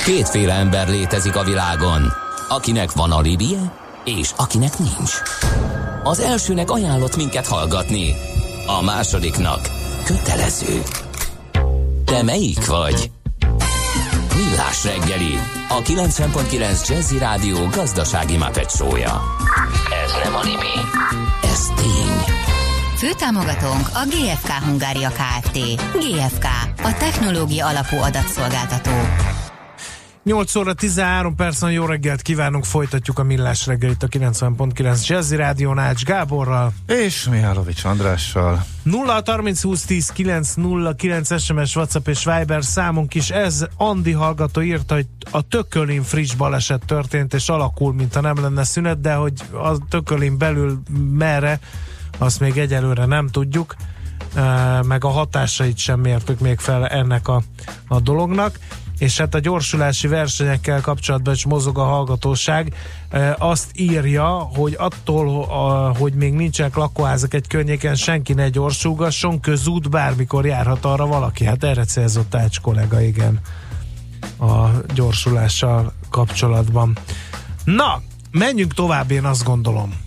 Kétféle ember létezik a világon, akinek van alibije, és akinek nincs. Az elsőnek ajánlott minket hallgatni, a másodiknak kötelező. Te melyik vagy? Millás reggeli, a 90.9 Jazzy Rádió gazdasági Muppet show-ja. Ez nem anime, ez tény. Főtámogatónk a GFK Hungária Kft. GFK, a technológia alapú adatszolgáltató. 8 óra 13 percen jó reggelt kívánunk, folytatjuk a Millás reggelit a 90.9 Jazzy Rádión Ács Gáborral és Mihálovics Andrással. 0 30 20 10 909 SMS, WhatsApp és Viber számunk is ez. Andi hallgató írta, hogy a Tökölin friss baleset történt, és alakul, mintha nem lenne szünet, de hogy a Tökölin belül merre, azt még egyelőre nem tudjuk, meg a hatásait sem mértük még fel ennek a dolognak. És hát a gyorsulási versenyekkel kapcsolatban is mozog a hallgatóság. Azt írja, hogy attól, hogy még nincsenek lakóházak egy környéken, senki ne gyorsulgasson, közút bármikor járhat arra valaki. Hát erre célzott Ács kollega, igen, a gyorsulással kapcsolatban. Na, menjünk tovább, én azt gondolom.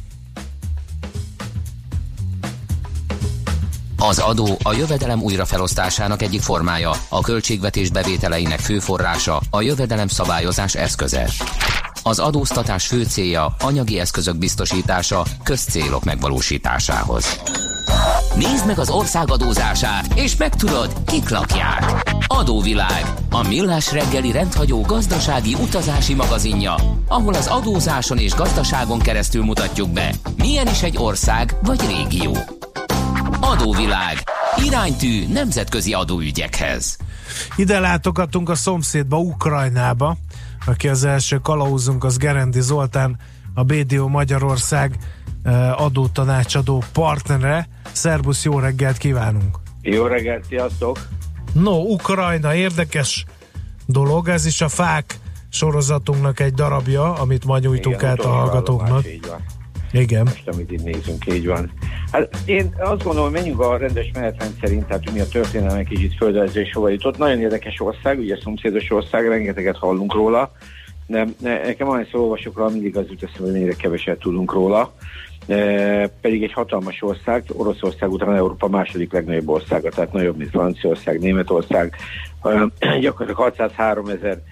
Az adó a jövedelem újrafelosztásának egyik formája, a költségvetés bevételeinek fő forrása, a jövedelem szabályozás eszköze. Az adóztatás fő célja anyagi eszközök biztosítása közcélok megvalósításához. Nézd meg az ország adózását, és megtudod, kik lakják. Adóvilág, a Millás reggeli rendhagyó gazdasági utazási magazinja, ahol az adózáson és gazdaságon keresztül mutatjuk be, milyen is egy ország vagy régió. Adóvilág. Iránytű nemzetközi adóügyekhez. Ide látogatunk a szomszédba, Ukrajnába. Aki az első kalauzunk, az Gerendi Zoltán, a BDO Magyarország adótanácsadó partnere. Szerbusz, jó reggelt kívánunk! Jó reggelt, sziasztok! No, Ukrajna, érdekes dolog, ez is a Fák sorozatunknak egy darabja, amit ma nyújtunk át a hallgatóknak. Igen. Most, amit itt nézünk, így van. Hát én azt gondolom, hogy menjünk a rendes menetrend szerint, tehát hogy mi a történelme kicsit földrajzés hova jutott. Nagyon érdekes ország, ugye szomszédos ország, rengeteget hallunk róla, de nekem ahányszor olvasok róla, mindig az jut eszembe, hogy mennyire keveset tudunk róla. Pedig egy hatalmas ország, Oroszország után Európa második legnagyobb országa, tehát nagyobb, mint Franciaország, Németország. Gyakorlatilag 603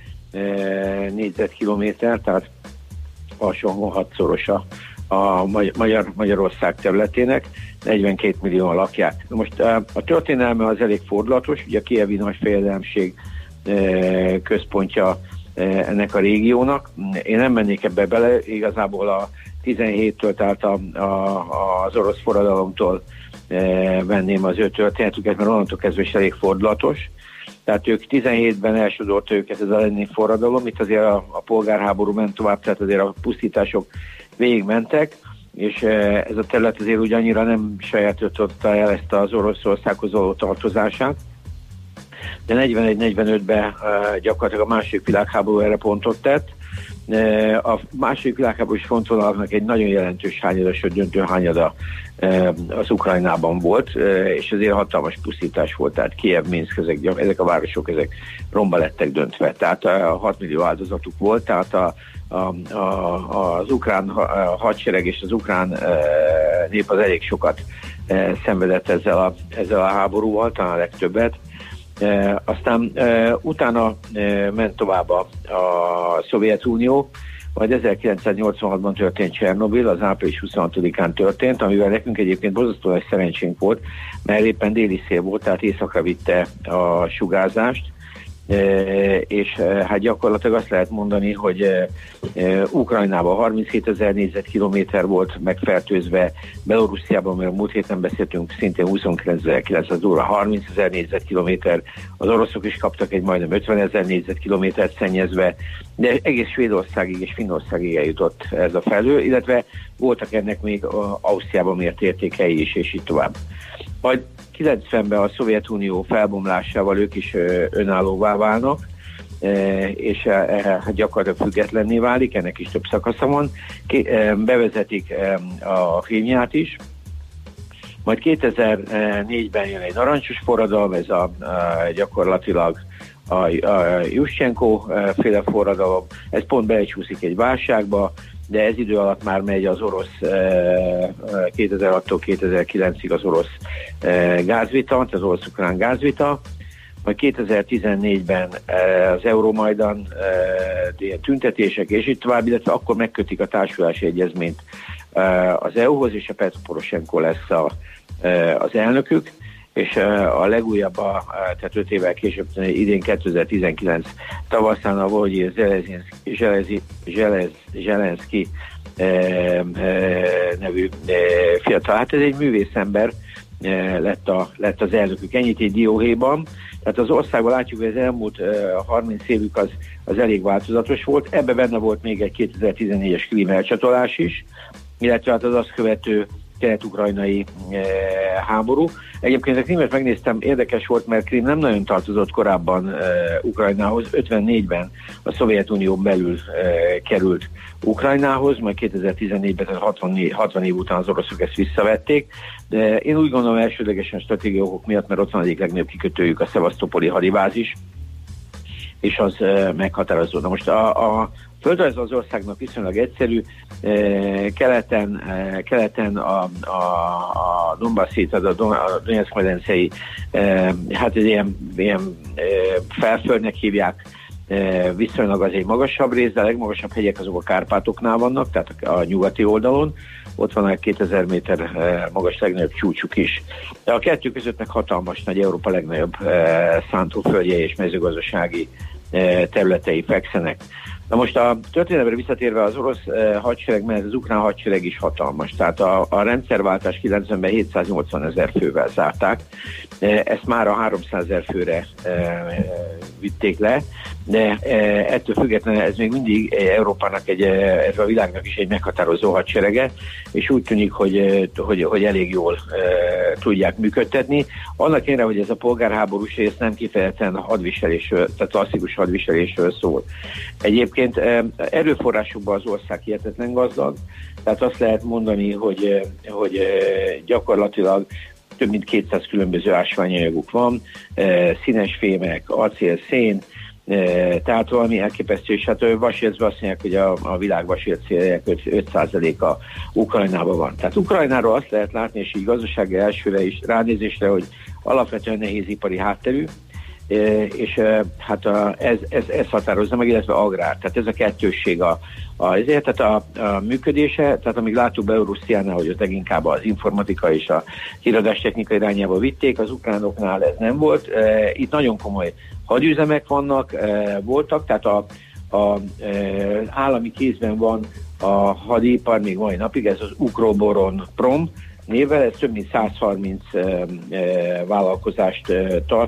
000 négyzetkilométer, tehát alsóhangon 6-szorosa a Magyarország területének, 42 millióan lakják. Most a történelme az elég fordulatos, ugye a kijevi nagyfejedelemség központja ennek a régiónak. Én nem mennék ebbe bele, igazából a 17-től, tehát az orosz forradalomtól venném az ő történetüket, mert onnantól kezdve is elég fordulatos. Tehát ők 17-ben elsodorta őket ez a Lenin forradalom, itt azért a polgárháború ment tovább, tehát azért a pusztítások végigmentek, és ez a terület azért úgy annyira nem sajátította el ezt az Oroszországhoz való tartozását, de 41-45-ben gyakorlatilag a második világháború erre pontot tett. A második világháborús frontvonalnak egy nagyon jelentős hányada, sőt döntő hányada az Ukrajnában volt, és azért hatalmas pusztítás volt, tehát Kijev, Minszk, ezek a városok ezek romba lettek döntve, tehát 6 millió áldozatuk volt, tehát az ukrán hadsereg és az ukrán nép az elég sokat szenvedett ezzel a háborúval, talán a legtöbbet. Aztán utána ment tovább a Szovjetunió, majd 1986-ban történt Csernobil, az április 26-án történt, amivel nekünk egyébként borzasztó nagy szerencsénk volt, mert éppen déli szél volt, tehát északra vitte a sugárzást, és hát gyakorlatilag azt lehet mondani, hogy Ukrajnában 37 000 négyzetkilométer volt megfertőzve, Belorussziában, mert a múlt héten beszéltünk, szintén 29.900 óra, 30 000 négyzetkilométer, az oroszok is kaptak egy majdnem 50 000 négyzetkilométert szennyezve, de egész Svédországig és Finnországig eljutott ez a felhő, illetve voltak ennek még Ausztriában mért értékei is, és így tovább. Majd 90-ben a Szovjetunió felbomlásával ők is önállóvá válnak, és gyakorlatilag függetlenné válik, ennek is több szakasza van. Bevezetik a Krímját is, majd 2004-ben jön egy narancsos forradalom, ez gyakorlatilag a Juschenko féle forradalom, ez pont belecsúszik egy válságba, de ez idő alatt már megy az orosz 2006-tól 2009-ig az orosz gázvita, az orosz-ukrán gázvita, majd 2014-ben az Euromajdan ilyen tüntetések, és itt tovább, illetve akkor megkötik a társulási egyezményt az EU-hoz, és a Petro Poroshenko lesz az elnökük, és a legújabb, tehát 5 évvel később, idén 2019 tavaszán a Volodymyr Zelenszky nevű fiatal, hát ez egy művészember lett az elnökük. Ennyit egy dióhéjban. Tehát az országban látjuk, hogy az elmúlt 30 évük az elég változatos volt. Ebben benne volt még egy 2014-es Krím elcsatolás is, illetve hát az azt követő kelet-ukrajnai háború. Egyébként a Krímet megnéztem, érdekes volt, mert Krím nem nagyon tartozott korábban Ukrajnához. 54-ben a Szovjetunión belül került Ukrajnához, majd 2014-ben, tehát 60 év után az oroszok ezt visszavették. De én úgy gondolom elsődlegesen stratégiai okok miatt, mert ott van egyik legnagyobb kikötőjük, a szevasztopoli hadibázis, és az meghatározó. Na most a földrajz az országnak viszonylag egyszerű, keleten a Donbassi, tehát a Donetsk-medencei, hát ez ilyen felföldnek hívják, viszonylag az egy magasabb rész, de a legmagasabb hegyek azok a Kárpátoknál vannak, tehát a nyugati oldalon, ott van a 2000 méter magas legnagyobb csúcsuk is. De a kettő között meg hatalmas nagy, Európa legnagyobb szántóföldje és mezőgazdasági területei fekszenek. Na most a történelemre visszatérve az orosz hadsereg, mert az ukrán hadsereg is hatalmas. Tehát a rendszerváltás 90-ben 780 000 fővel zárták. Ezt már a 300 000 főre vitték le, de ettől függetlenül ez még mindig Európának, ez a világnak is egy meghatározó hadserege, és úgy tűnik, hogy elég jól tudják működtetni. Annak ellenére, hogy ez a polgárháborús rész nem kifejezetten hadviselésről, tehát klasszikus hadviselésről szól. Egyébként erőforrásokban az ország hihetetlen gazdag, tehát azt lehet mondani, hogy gyakorlatilag több mint 200 különböző ásványanyaguk van, színes fémek, acél, szén, tehát valami elképesztő, és hát vasércben azt mondják, hogy a világ vasércének 5%-a Ukrajnában van. Tehát Ukrajnáról azt lehet látni, és így gazdasági elsőre is ránézésre, hogy alapvetően nehézipari hátterű, és hát ez határozza meg, illetve agrár. Tehát ez a kettősség ezért, tehát a működése, tehát amíg láttuk Belorussziánál, hogy ott leginkább az informatika és a híradástechnika irányába vitték, az ukránoknál ez nem volt. Itt nagyon komoly hadüzemek voltak, tehát az állami kézben van a hadipar még mai napig, ez az Ukroboronprom névvel, ez több mint 130 vállalkozást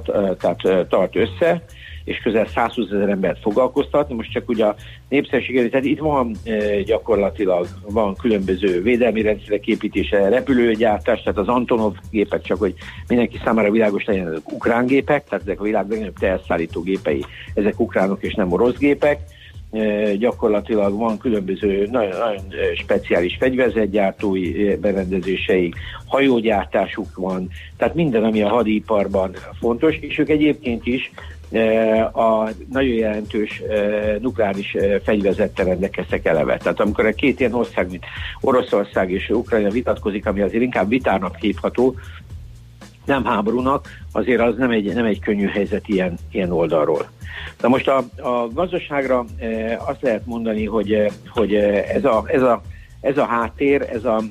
tart össze, és közel 120 000 embert foglalkoztat. Most csak ugye a népszerűségére, tehát itt van gyakorlatilag különböző védelmi rendszerek építése, repülőgyártás, tehát az Antonov gépek, csak hogy mindenki számára világos legyen, ezek ukrán gépek, tehát ezek a világ legnagyobb teherszállító gépei, ezek ukránok és nem orosz gépek. Gyakorlatilag van különböző nagyon speciális fegyverzetgyártói berendezéseik, hajógyártásuk van, tehát minden, ami a hadiparban fontos, és ők egyébként is a nagyon jelentős nukleáris fegyverzettel rendelkeztek eleve. Tehát amikor a két ilyen ország, mint Oroszország és Ukrajna vitatkozik, ami azért inkább vitának hívható, nem háborúnak, azért az nem egy könnyű helyzet ilyen oldalról. De most a gazdaságra azt lehet mondani, hogy ez a háttér, ez az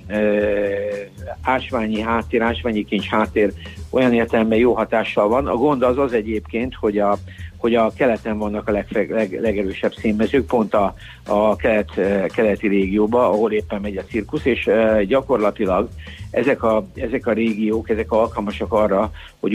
ásványi háttér, ásványi kincs háttér olyan értelemben jó hatással van. A gond az egyébként, hogy a keleten vannak a legerősebb szénmezők, pont a keleti régióban, ahol éppen megy a cirkusz, és gyakorlatilag ezek a régiók, ezek alkalmasak arra, hogy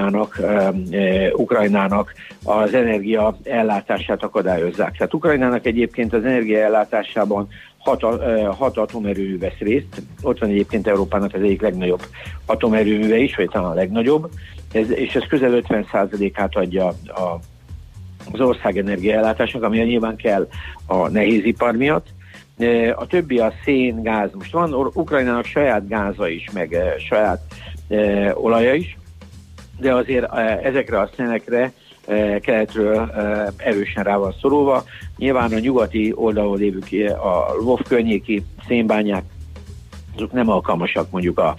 Ukrajnának az energia ellátását akadályozzák. Tehát Ukrajnának egyébként az energia ellátásában 6 atomerőmű vesz részt. Ott van egyébként Európának az egyik legnagyobb atomerőműve is, vagy talán a legnagyobb, és ez közel 50%-át adja az ország energiaellátásnak, ami nyilván kell a nehézipar miatt. A többi a szén, gáz. Most van Ukrajnának saját gáza is, meg saját olaja is, de azért ezekre a szénekre keletről erősen rá van szorulva. Nyilván a nyugati oldalon lévő a Lvov környéki szénbányák, azok nem alkalmasak mondjuk a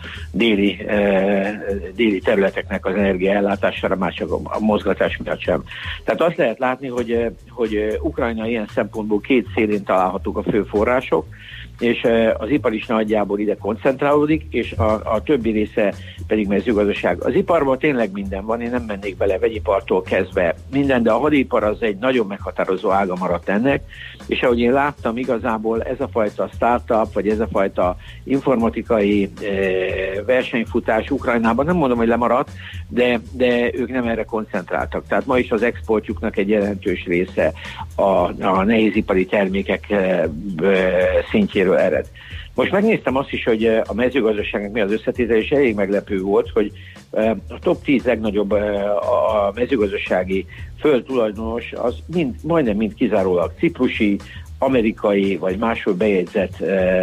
déli területeknek az energiaellátására, már csak a mozgatás miatt sem. Tehát azt lehet látni, hogy Ukrajna ilyen szempontból két szélén találhatók a fő források, és az ipar is nagyjából ide koncentrálódik, és a többi része pedig mezőgazdaság. Az iparban tényleg minden van, én nem mennék bele, vegyipartól kezdve minden, de a hadipar az egy nagyon meghatározó ága maradt ennek, és ahogy én láttam, igazából ez a fajta startup, vagy ez a fajta informatikai versenyfutás Ukrajnában, nem mondom, hogy lemaradt, de ők nem erre koncentráltak. Tehát ma is az exportjuknak egy jelentős része a nehézipari termékek szintjéről ered. Most megnéztem azt is, hogy a mezőgazdaságnak mi az összetétel, és elég meglepő volt, hogy a top 10 legnagyobb a mezőgazdasági földtulajdonos az majdnem mind kizárólag ciprusi, amerikai vagy máshol bejegyzett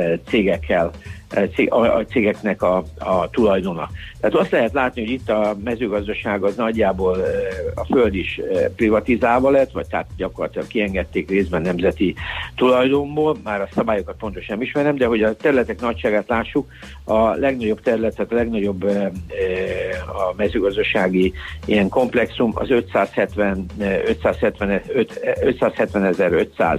cégeknek a tulajdona. Tehát azt lehet látni, hogy itt a mezőgazdaság az nagyjából a föld is privatizálva lett, vagy tehát gyakorlatilag kiengedték részben nemzeti tulajdonból, már a szabályokat pontosan nem ismerem, de hogy a területek nagyságát lássuk, a legnagyobb területet, a legnagyobb a mezőgazdasági ilyen komplexum az 570.500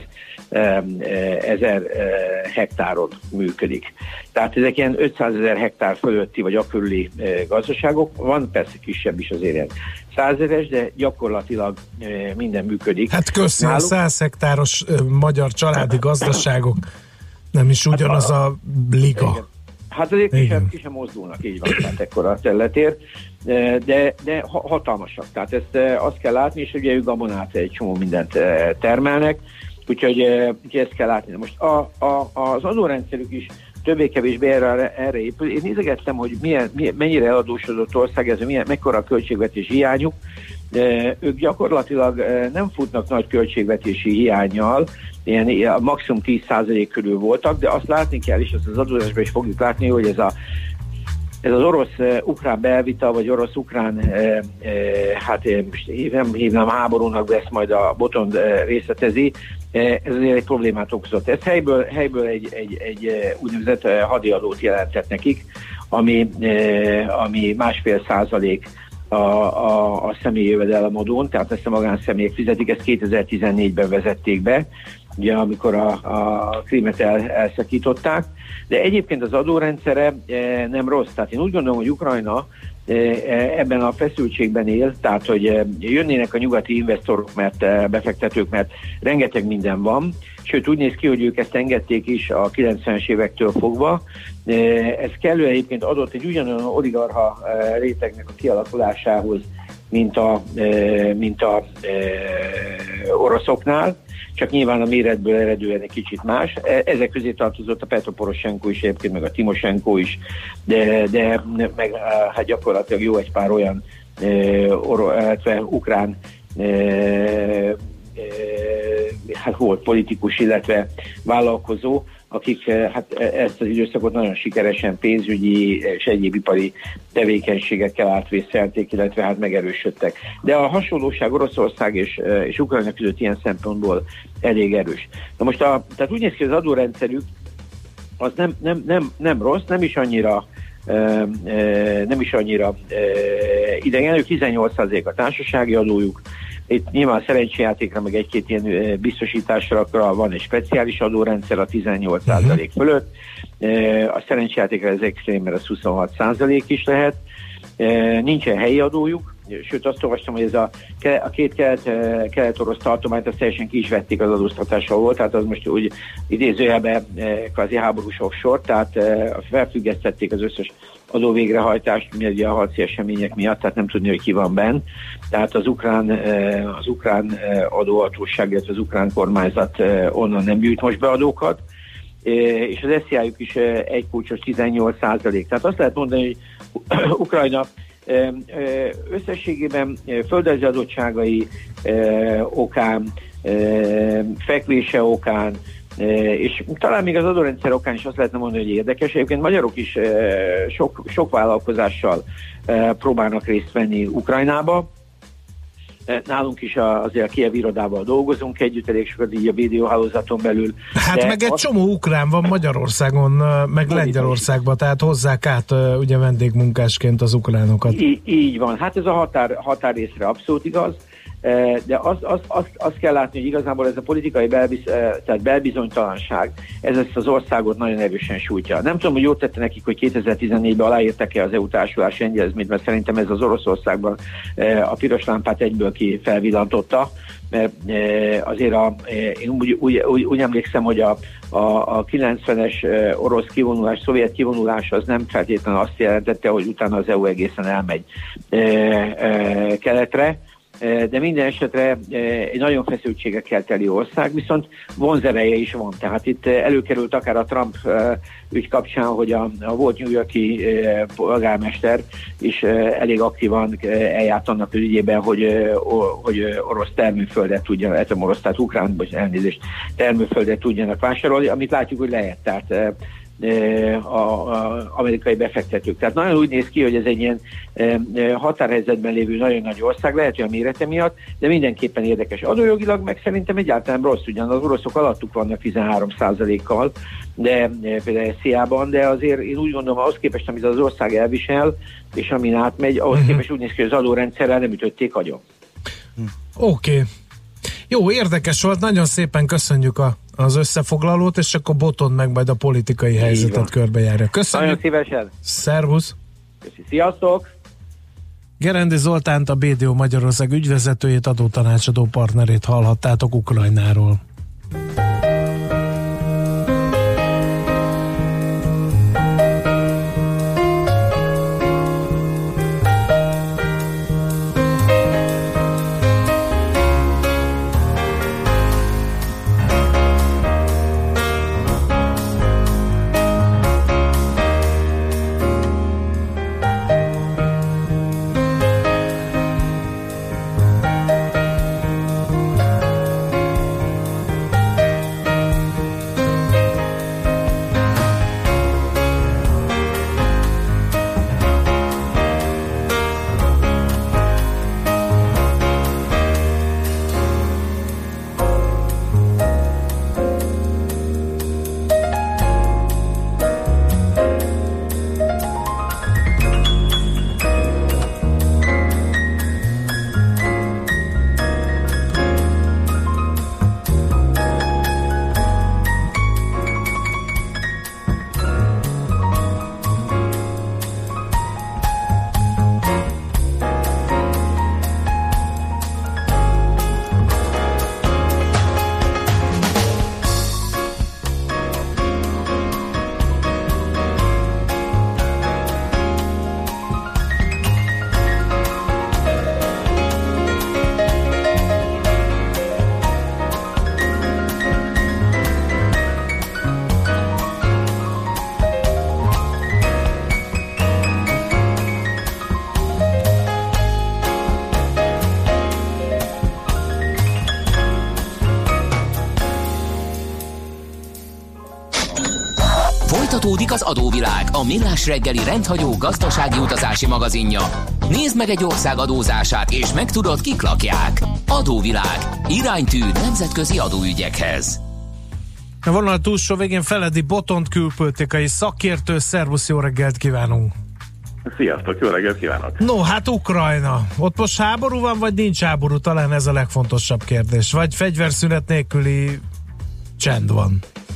hektáron működik. Tehát ezek ilyen 500 000 hektár fölötti vagy a körüli gazdaságok, van persze kisebb is azért ilyen 100 000-es, de gyakorlatilag minden működik. Hát köszönöm, 100 hektáros magyar családi gazdaságok, nem is ugyanaz a liga. Igen. Hát azért ki sem mozdulnak, így van, tehát ekkora a területért, de hatalmasak. Tehát ezt azt kell látni, és ugye ők gabonát egy csomó mindent termelnek, úgyhogy ezt kell látni. Most az adórendszerük is többé-kevésbé erre épül. Én nézegettem, hogy mennyire eladósodott ország, ez mekkora a költségvetési hiányuk. Ők gyakorlatilag nem futnak nagy költségvetési hiánnyal, ilyen maximum 10% körül voltak, de azt látni kell, és azt az adózásban is fogjuk látni, hogy ez az orosz-ukrán belvita, vagy orosz-ukrán, hát most nem hívnám háborúnak, de ezt majd a Botond részletezi, ez azért egy problémát okozott. Ez helyből egy úgynevezett hadiadót jelentett nekik, ami 1,5% a személyi jövedelemadón, tehát ezt a magánszemélyek fizetik, ezt 2014-ben vezették be, ugye, amikor a Krímet elszakították, de egyébként az adórendszere nem rossz. Tehát én úgy gondolom, hogy Ukrajna ebben a feszültségben él, tehát hogy jönnének a nyugati investorok, befektetők, mert rengeteg minden van, sőt úgy néz ki, hogy ők ezt engedték is a 90-es évektől fogva. Ez kellő egyébként adott egy ugyanolyan oligarcha rétegnek a kialakulásához, mint a oroszoknál, csak nyilván a méretből eredően egy kicsit más. Ezek közé tartozott a Petro Poroshenko is, egyébként meg a Timoshenko is, de meg hát gyakorlatilag jó egy pár olyan ukrán hát volt politikus, illetve vállalkozó, akik hát ezt az időszakot nagyon sikeresen pénzügyi és egyéb ipari tevékenységekkel átvészelték, illetve hát megerősödtek. De a hasonlóság Oroszország és Ukrajna között ilyen szempontból elég erős. Na most tehát úgy néz ki, az adórendszerük az nem rossz, nem is annyira idegen, ők 18% a társasági adójuk. Itt nyilván a szerencsejátékra, meg egy-két ilyen biztosításra van egy speciális adórendszer a 18% fölött. A szerencsejátékra ez extrém, mert az 26% is lehet. Nincsen helyi adójuk, sőt azt olvastam, hogy ez a két kelet-orosz tartományt azt teljesen ki is vették az adóztatással volt, tehát az most úgy idézőjelben kvázi háborús offshore, tehát felfüggesztették az összes adóvégrehajtást, ugye a harci események miatt, tehát nem tudni, hogy ki van benn. Tehát az ukrán adóhatóság, illetve az ukrán kormányzat onnan nem gyűjt most be adókat, és az SZIA-juk is egy kulcsos 18%. Tehát azt lehet mondani, hogy Ukrajna összességében földrajzi adottságai okán, fekvése okán, és talán még az adórendszer okán is azt lehetne mondani, hogy érdekes. Egyébként magyarok is sok vállalkozással próbálnak részt venni Ukrajnába, Nálunk is azért a Kiev irodával dolgozunk együtt, elég sokat így a videóhálózaton belül. Hát meg egy csomó ukrán van Magyarországon, meg Lengyelországban, tehát hozzák át ugye vendégmunkásként az ukránokat. Így van, hát ez a határrészre abszolút igaz, de azt kell látni, hogy igazából ez a politikai belbizonytalanság, ez ezt az országot nagyon erősen sújtja. Nem tudom, hogy jót tette nekik, hogy 2014-ben aláírtak-e az EU társulási egyezményt, mert szerintem ez az Oroszországban a piros lámpát egyből ki felvillantotta, mert azért én úgy emlékszem, hogy a 90-es orosz kivonulás, szovjet kivonulás az nem feltétlenül azt jelentette, hogy utána az EU egészen elmegy keletre, de minden esetre egy nagyon feszültségekkel teli ország, viszont vonzereje is van. Tehát itt előkerült akár a Trump ügy kapcsán, hogy a volt New York-i polgármester is elég aktívan eljárt annak ügyében, hogy orosz termőföldet tudjanak, tehát ukrán, termőföldet tudjanak vásárolni, amit látjuk, hogy lehet. Tehát az amerikai befektetők. Tehát nagyon úgy néz ki, hogy ez egy ilyen határhelyzetben lévő nagyon nagy ország, lehet, hogy a mérete miatt, de mindenképpen érdekes. Adójogilag meg szerintem egyáltalán rossz, ugyan az oroszok alattuk vannak 13%-kal, de például SZIA-ban, de azért én úgy gondolom, ahhoz képest, amit az ország elvisel, és amin átmegy, ahhoz képest úgy néz ki, hogy az adórendszerrel nem ütötték agyon. Oké. Jó, érdekes volt, nagyon szépen köszönjük az összefoglalót, és akkor Botond meg majd a politikai helyzetet körbejárja. Köszönjük. Nagyon szívesen. Szervusz. Köszi. Sziasztok. Gerendi Zoltánt, a BDO Magyarország ügyvezetőjét, adótanácsadó partnerét hallhattátok Ukrajnáról. Folytatódik az Adóvilág, a millás reggeli rendhagyó gazdasági utazási magazinja. Nézd meg egy ország adózását, és megtudod, kik lakják. Adóvilág. Iránytű nemzetközi adóügyekhez. A vonal túlsó végén Feledi Botond külpolitikai szakértő. Szervusz, jó reggelt kívánunk! Sziasztok, jó reggelt kívánok! No, hát Ukrajna. Ott most háború van, vagy nincs háború? Talán ez a legfontosabb kérdés. Vagy fegyverszünet nélküli csend van?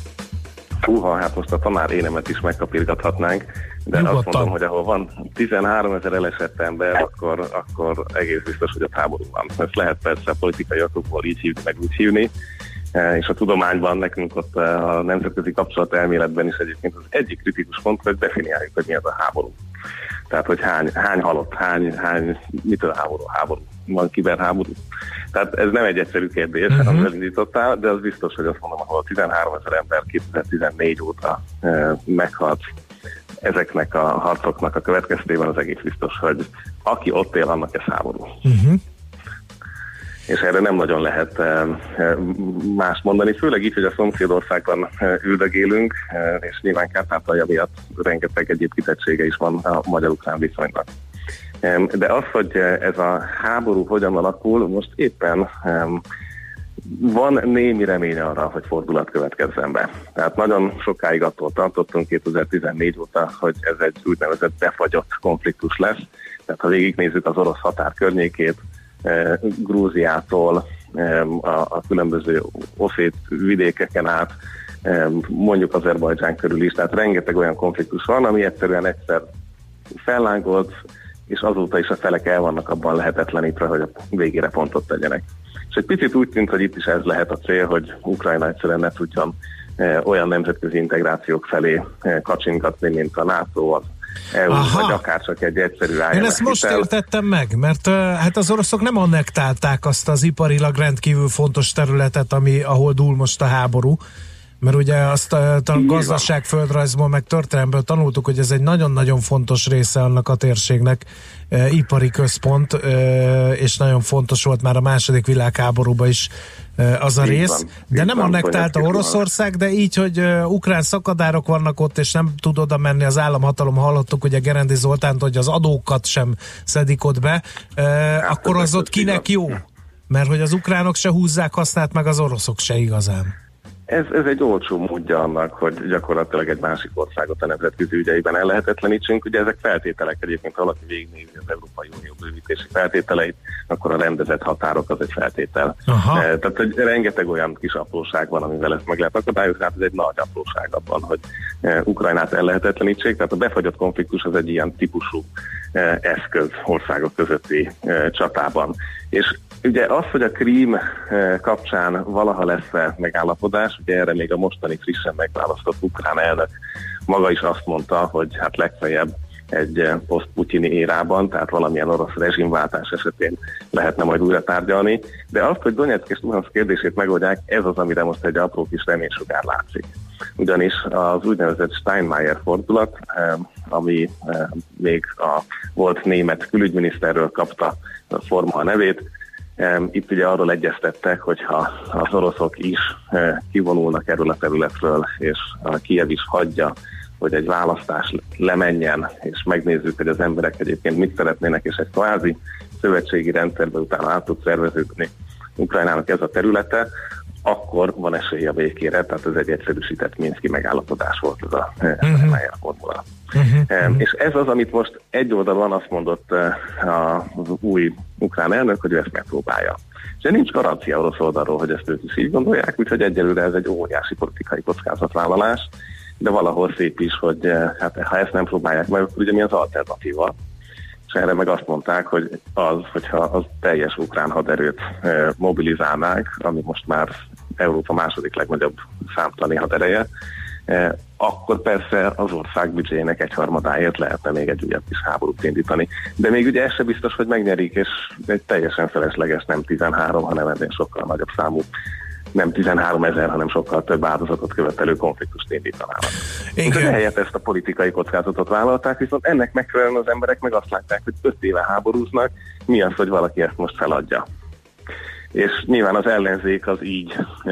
Húha, hát most a tanárénemet is megkapirgathatnánk, de nyugodtan. Azt mondom, hogy ahol van 13 000 elesett ember, akkor egész biztos, hogy a háború van. Ezt lehet persze politikai okokból így hívni, meg úgy hívni, és a tudományban nekünk ott a nemzetközi kapcsolat elméletben is egyébként az egyik kritikus pont, hogy definiáljuk, hogy mi az a háború. Tehát, hogy hány halott, mitől háború, van kiberháború. Tehát ez nem egy egyszerű kérdés, amit elindítottál, de az biztos, hogy azt mondom, ahol 13 000 ember 2014 óta meghalt ezeknek a harcoknak a következtében, az egész biztos, hogy aki ott él, annak ez háború. És erre nem nagyon lehet más mondani, főleg így, hogy a szomszédországban üldögélünk, és nyilván Kárpátalja miatt rengeteg egyéb kitettsége is van a magyar-ukrán viszonynak. De az, hogy ez a háború hogyan alakul, most éppen van némi remény arra, hogy fordulat következzen be. Tehát nagyon sokáig attól tartottunk 2014 óta, hogy ez egy úgynevezett befagyott konfliktus lesz. Tehát ha végignézzük az orosz határ környékét, Grúziától a különböző oszét vidékeken át, mondjuk Azerbajdzsán körül is, tehát rengeteg olyan konfliktus van, ami egyszerűen egyszer fellángolt, és azóta is a felek el vannak abban lehetetlenítve, hogy a végére pontot tegyenek. És egy picit úgy tűnt, hogy itt is ez lehet a cél, hogy Ukrajna egyszerűen ne tudjon olyan nemzetközi integrációk felé kacsingatni, mint a NATO, az EU, vagy akár csak egy egyszerű IMF. Én ezt most értettem meg, mert hát az oroszok nem annektálták azt az iparilag rendkívül fontos területet, ahol dúl most a háború, mert ugye azt a gazdaságföldrajzból meg történelemből tanultuk, hogy ez egy nagyon-nagyon fontos része annak a térségnek, ipari központ, és nagyon fontos volt már a második világháborúban is az a rész, de nem annektálta Oroszország, de így, hogy ukrán szakadárok vannak ott, és nem tud oda menni az államhatalom, hallottuk ugye Gerendi Zoltánt, hogy az adókat sem szedik ott be, akkor az ott kinek jó? Mert hogy az ukránok se húzzák hasznát, meg az oroszok se igazán. Ez egy olcsó módja annak, hogy gyakorlatilag egy másik országot a nemzetközi ügyeiben ellehetetlenítsünk. Ugye ezek feltételek egyébként, ha valaki végignézi az Európai Unió bővítési feltételeit, akkor a rendezett határok az egy feltétel. Tehát hogy rengeteg olyan kis apróság van, amivel ezt meg lehet akadályozni, hát ez egy nagy apróság abban, hogy Ukrajnát ellehetetlenítsék. Tehát a befagyott konfliktus az egy ilyen típusú eszköz országok közötti csatában. És ugye az, hogy a Krím kapcsán valaha lesz megállapodás, ugye erre még a mostani frissen megválasztott ukrán elnök maga is azt mondta, hogy hát legfeljebb egy poszt-putyini érában, tehát valamilyen orosz rezsimváltás esetén lehetne majd újra tárgyalni, de azt, hogy Donetszk és Luhanszk kérdését megoldják, ez az, amire most egy apró kis reménysugár látszik. Ugyanis az úgynevezett Steinmeier fordulat, ami még a volt német külügyminiszterről kapta a forma a nevét, itt ugye arról egyeztettek, hogyha az oroszok is kivonulnak erről a területről, és a Kijev is hagyja, hogy egy választás lemenjen, és megnézzük, hogy az emberek egyébként mit szeretnének, és egy kvázi szövetségi rendszerbe utána át tud szerveződni Ukrajnának ez a területe, akkor van esély a békére, tehát ez egy egyszerűsített minszki megállapodás volt ez a formula. És ez az, amit most egy oldalon azt mondott az új ukrán elnök, hogy ő ezt megpróbálja. És nincs garancia orosz oldalról, hogy ezt ők is így gondolják, úgyhogy egyelőre ez egy óriási politikai kockázatvállalás, de valahol szép is, hogy hát, ha ezt nem próbálják meg, akkor ugye mi az alternatíva. És erre meg azt mondták, hogy hogyha az teljes ukrán haderőt mobilizálnák, ami most már Európa második legnagyobb számtani hadereje, akkor persze az ország büdzséjének egyharmadáért lehetne még egy újabb kis háborút indítani. De még ugye ez se biztos, hogy megnyerik, és egy teljesen felesleges, nem 13, hanem ennél sokkal nagyobb számú, nem 13 000, hanem sokkal több áldozatot követelő konfliktust indítanának. De helyett ezt a politikai kockázatot vállalták, viszont ennek megfelelően az emberek meg azt látják, hogy 5 éve háborúznak, mi az, hogy valaki ezt most feladja. És nyilván az ellenzék az így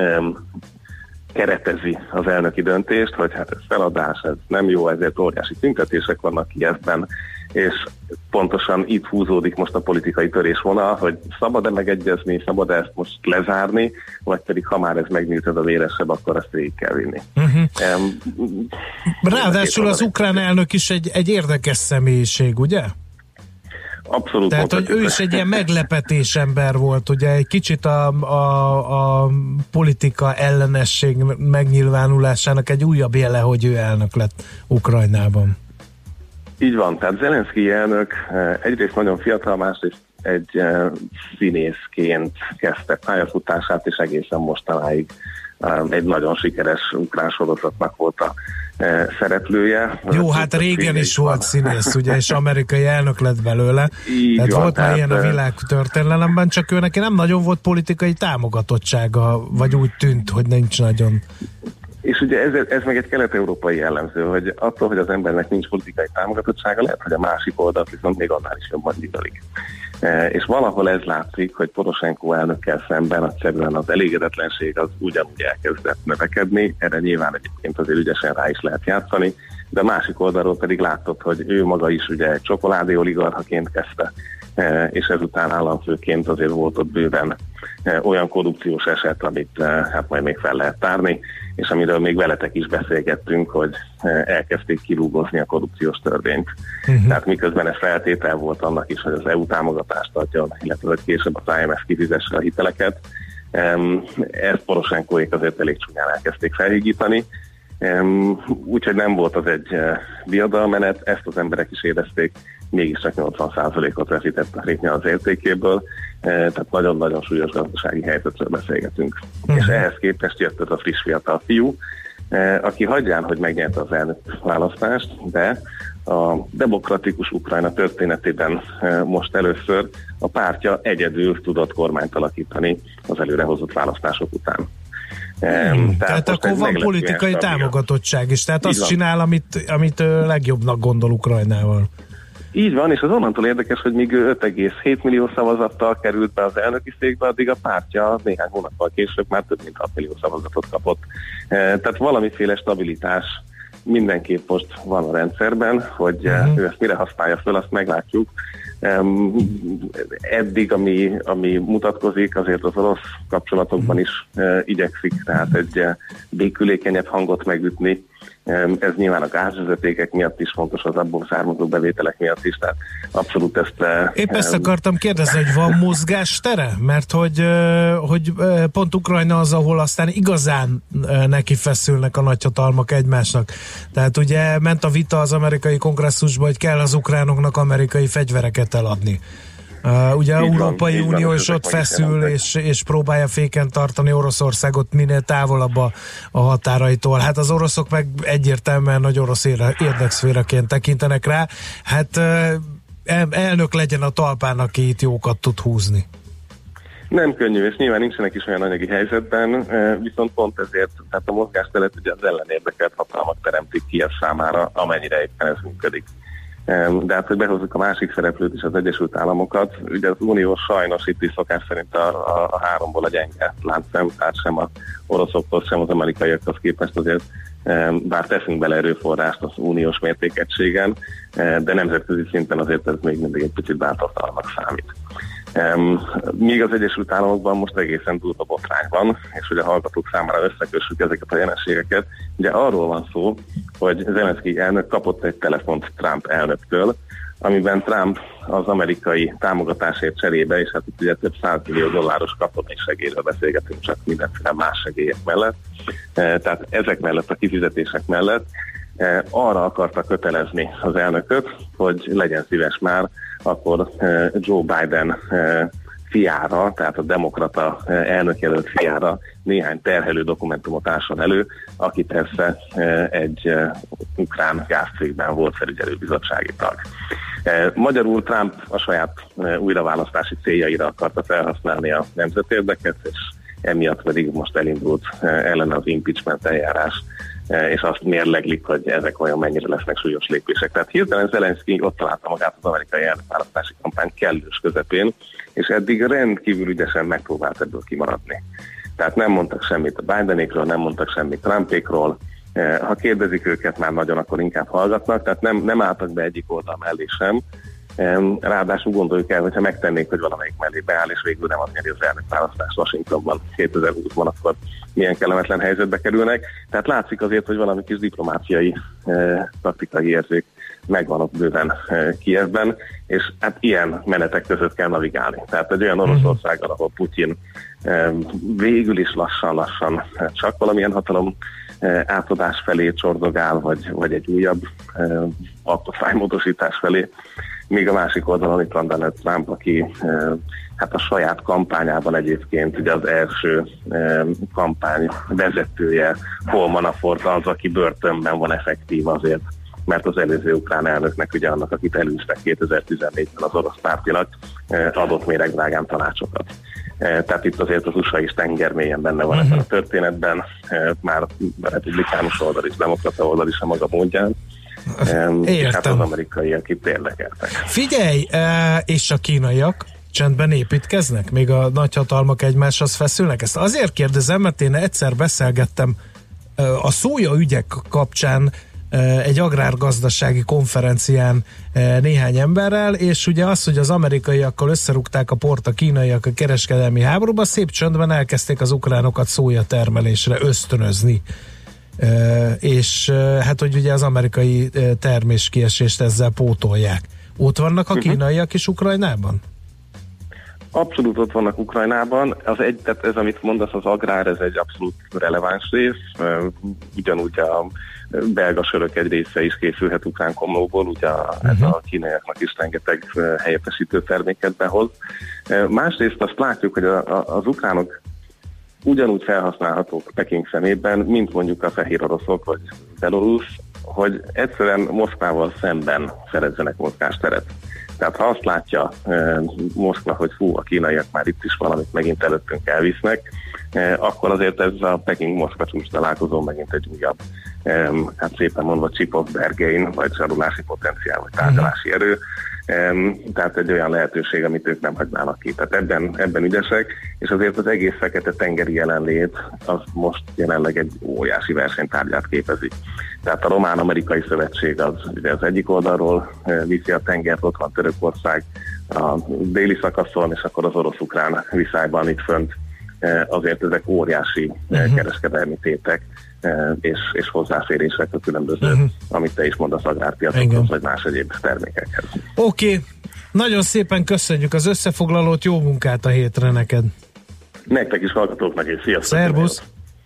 keretezi az elnöki döntést, hogy hát ez feladás, ez nem jó, ezért óriási tüntetések vannak Kijevben, és pontosan itt húzódik most a politikai törésvonal, hogy szabad-e megegyezni, szabad-e ezt most lezárni, vagy pedig ha már ez megnyílt ez a véresebb, akkor ezt végig kell vinni. Ráadásul az ukrán elnök is egy érdekes személyiség, ugye? Abszolút. Tehát, hogy ő is egy ilyen meglepetés ember volt, ugye egy kicsit a politika ellenesség megnyilvánulásának egy újabb jele, hogy ő elnök lett Ukrajnában. Így van, tehát Zelenszkij elnök egyrészt nagyon fiatal, másrészt egy színészként kezdte pályafutását, és egészen mostanáig egy nagyon sikeres ukrán sorozatnak volt a szereplője. Jó, hát régen is volt színész, ugye, és amerikai elnök lett belőle. Tehát van, volt már ilyen a világ történelemben, csak ő neki nem nagyon volt politikai támogatottsága, vagy úgy tűnt, hogy nincs nagyon. És ugye ez meg egy kelet-európai jellemző, hogy attól, hogy az embernek nincs politikai támogatottsága, lehet, hogy a másik oldalt viszont még annál is jobban gyűlölik. És valahol ez látszik, hogy Poroshenko elnökkel szemben egyszerűen az elégedetlenség az ugyanúgy elkezdett növekedni, erre nyilván egyébként azért ügyesen rá is lehet játszani, de a másik oldalról pedig látszott, hogy ő maga is ugye egy csokoládé oligarchaként kezdte, és ezután államfőként azért volt ott bőven olyan korrupciós eset, amit hát majd még fel lehet tárni, és amiről még veletek is beszélgettünk, hogy elkezdték kirúgozni a korrupciós törvényt. Tehát miközben ez feltétel volt annak is, hogy az EU támogatást adjon, illetve hogy később az IMF kifizesse a hiteleket, ezt Poroshenkoék azért elég csúnyán elkezdték felhígítani, úgyhogy nem volt az egy diadalmenet, ezt az emberek is érezték, mégiscsak 80%-ot veszített a hrivnya az értékéből, tehát nagyon-nagyon súlyos gazdasági helyzetről beszélgetünk. És ehhez képest jött ez a friss fiatal fiú, aki hagyján, hogy megnyerte az elnök választást, de a demokratikus Ukrajna történetében most először a pártja egyedül tudott kormányt alakítani az előrehozott választások után. Tehát akkor van politikai támogatottság is, tehát azt csinál, amit legjobbnak gondol Ukrajnával. Így van, és az onnantól érdekes, hogy míg 5,7 millió szavazattal került be az elnöki székbe, addig a pártja néhány hónappal később már több mint 6 millió szavazatot kapott. Tehát valamiféle stabilitás mindenképp most van a rendszerben, hogy ő ezt mire használja föl, azt meglátjuk. Eddig, ami mutatkozik, azért az orosz kapcsolatokban is igyekszik, tehát egy békülékenyebb hangot megütni. Ez nyilván a gázvezetékek miatt is fontos, az abból származó bevételek miatt is, tehát abszolút ezt... Épp ezt akartam kérdezni, hogy van mozgástere? Mert hogy pont Ukrajna az, ahol aztán igazán neki feszülnek a nagyhatalmak egymásnak. Tehát ugye ment a vita az amerikai kongresszusban, hogy kell az ukránoknak amerikai fegyvereket eladni. Ugye az Európai Unió is ott feszül, és próbálja féken tartani Oroszországot minél távolabb a határaitól. Hát az oroszok meg egyértelműen nagy orosz érdekszféraként tekintenek rá. Hát elnök legyen a talpán, aki itt jókat tud húzni. Nem könnyű, és nyilván nincsenek is olyan anyagi helyzetben, viszont pont ezért, tehát a mozgásteret ugye az ellenérdekelt hatalmak teremtik Kijev számára, amennyire éppen ez működik. De hát, hogy behozzuk a másik szereplőt is, az Egyesült Államokat, ugye az Unió sajnos itt is szokás szerint a háromból a gyenge láncszem, tehát sem az oroszokhoz, sem az amerikaiakhoz képest azért bár teszünk bele erőforrást az uniós mértékegységen, de nemzetközi szinten azért ez még mindig egy picit bántatlannak számít. Míg az Egyesült Államokban most egészen durva botrány van, és hogy a hallgatók számára összekössük ezeket a jelenségeket, ugye arról van szó, hogy Zelenszky elnök kapott egy telefont Trump elnöktől, amiben Trump az amerikai támogatásért cserébe, és hát itt ugye több $100 millió katonai segélyről beszélgetünk, csak mindenféle más segélyek mellett, tehát ezek mellett, a kifizetések mellett arra akarta kötelezni az elnököt, hogy legyen szíves már akkor Joe Biden fiára, tehát a demokrata elnökjelölt fiára néhány terhelő dokumentumot ásson elő, aki persze egy ukrán gázcégben volt felügyelőbizottsági tag. Magyarul Trump a saját újraválasztási céljaira akarta felhasználni a nemzetérdeket, és emiatt pedig most elindult ellene az impeachment eljárás, és azt mérleglik, hogy ezek olyan mennyire lesznek súlyos lépések. Tehát hirtelen Zelenszky ott találta magát az amerikai elnökválasztási kampány kellős közepén, és eddig rendkívül ügyesen megpróbált ebből kimaradni. Tehát nem mondtak semmit a Bidenékről, nem mondtak semmit Trumpékról, ha kérdezik őket már nagyon, akkor inkább hallgatnak, tehát nem álltak be egyik oldal mellé sem. Ráadásul gondoljuk el, hogyha megtennék, hogy valamelyik mellé beáll, és végül nem az nyeri az elnökválasztás Washingtonban 2020-ban, akkor milyen kellemetlen helyzetbe kerülnek. Tehát látszik azért, hogy valami kis diplomáciai, taktikai érzék megvan ott bőven Kijevben, és hát ilyen menetek között kell navigálni. Tehát egy olyan Oroszországgal, ahol Putyin végül is lassan csak valamilyen hatalom átadás felé csordogál, vagy egy újabb alkotmánymódosítás felé, míg a másik oldalon itt van Donald Trump, aki hát a saját kampányában egyébként ugye az első kampány vezetője, Paul Manafort az, aki börtönben van effektív azért, mert az előző ukrán elnöknek, ugye annak, akit elűztek 2014-ben az orosz pártilag, adott méregdrágán tanácsokat. Tehát itt azért az USA is tengermélyen benne van ebben a történetben, már a republikánus oldal is, demokrata oldal is a maga módján. És hát az amerikaiak itt érdekeltek. Figyelj, és a kínaiak csendben építkeznek? Még a nagyhatalmak egymáshoz feszülnek? Ezt azért kérdezem, mert én egyszer beszélgettem a szója ügyek kapcsán egy agrárgazdasági konferencián néhány emberrel, és ugye az, hogy az amerikaiakkal összerúgták a port a kínaiak a kereskedelmi háborúba, szép csöndben elkezdték az ukránokat szója termelésre ösztönözni. És hát, hogy ugye az amerikai terméskiesést ezzel pótolják. Ott vannak a kínaiak is Ukrajnában? Abszolút ott vannak Ukrajnában. Tehát ez, amit mondasz, az agrár, ez egy abszolút releváns rész. Ugyanúgy a belga sörök egy része is készülhet ukrán komlóból, ugye ez a kínaiaknak is rengeteg helyettesítő terméket behoz. Másrészt azt látjuk, hogy az ukránok ugyanúgy felhasználhatók Peking szemében, mint mondjuk a fehér oroszok vagy Belarus, hogy egyszerűen Moszkvával szemben szerezzenek mozgásteret. Tehát ha azt látja Moszkva, hogy a kínaiak már itt is valamit megint előttünk elvisznek, akkor azért ez a Peking-Moszkva csúcs találkozó megint egy újabb, hát szépen mondva chip of their gain, vagy zsarulási potenciál, vagy tárgyalási erő. Tehát egy olyan lehetőség, amit ők nem hagynának ki. Tehát ebben ügyesek, és azért az egész Fekete-tengeri jelenlét az most jelenleg egy óriási versenytárgyát képezi. Tehát a Román-Amerikai Szövetség az ugye az egyik oldalról viszi a tengert, ott van Törökország a déli szakaszon, és akkor az orosz-ukrán viszályban itt fönt azért ezek óriási kereskedelmi tétek, és hozzáférések a különböző, amit te is mondasz, agrárpiacokhoz, vagy más egyéb termékekhez. Oké. Nagyon szépen köszönjük az összefoglalót, jó munkát a hétre neked. Nektek is, hallgatóknak, és sziasztok! Szerbusz!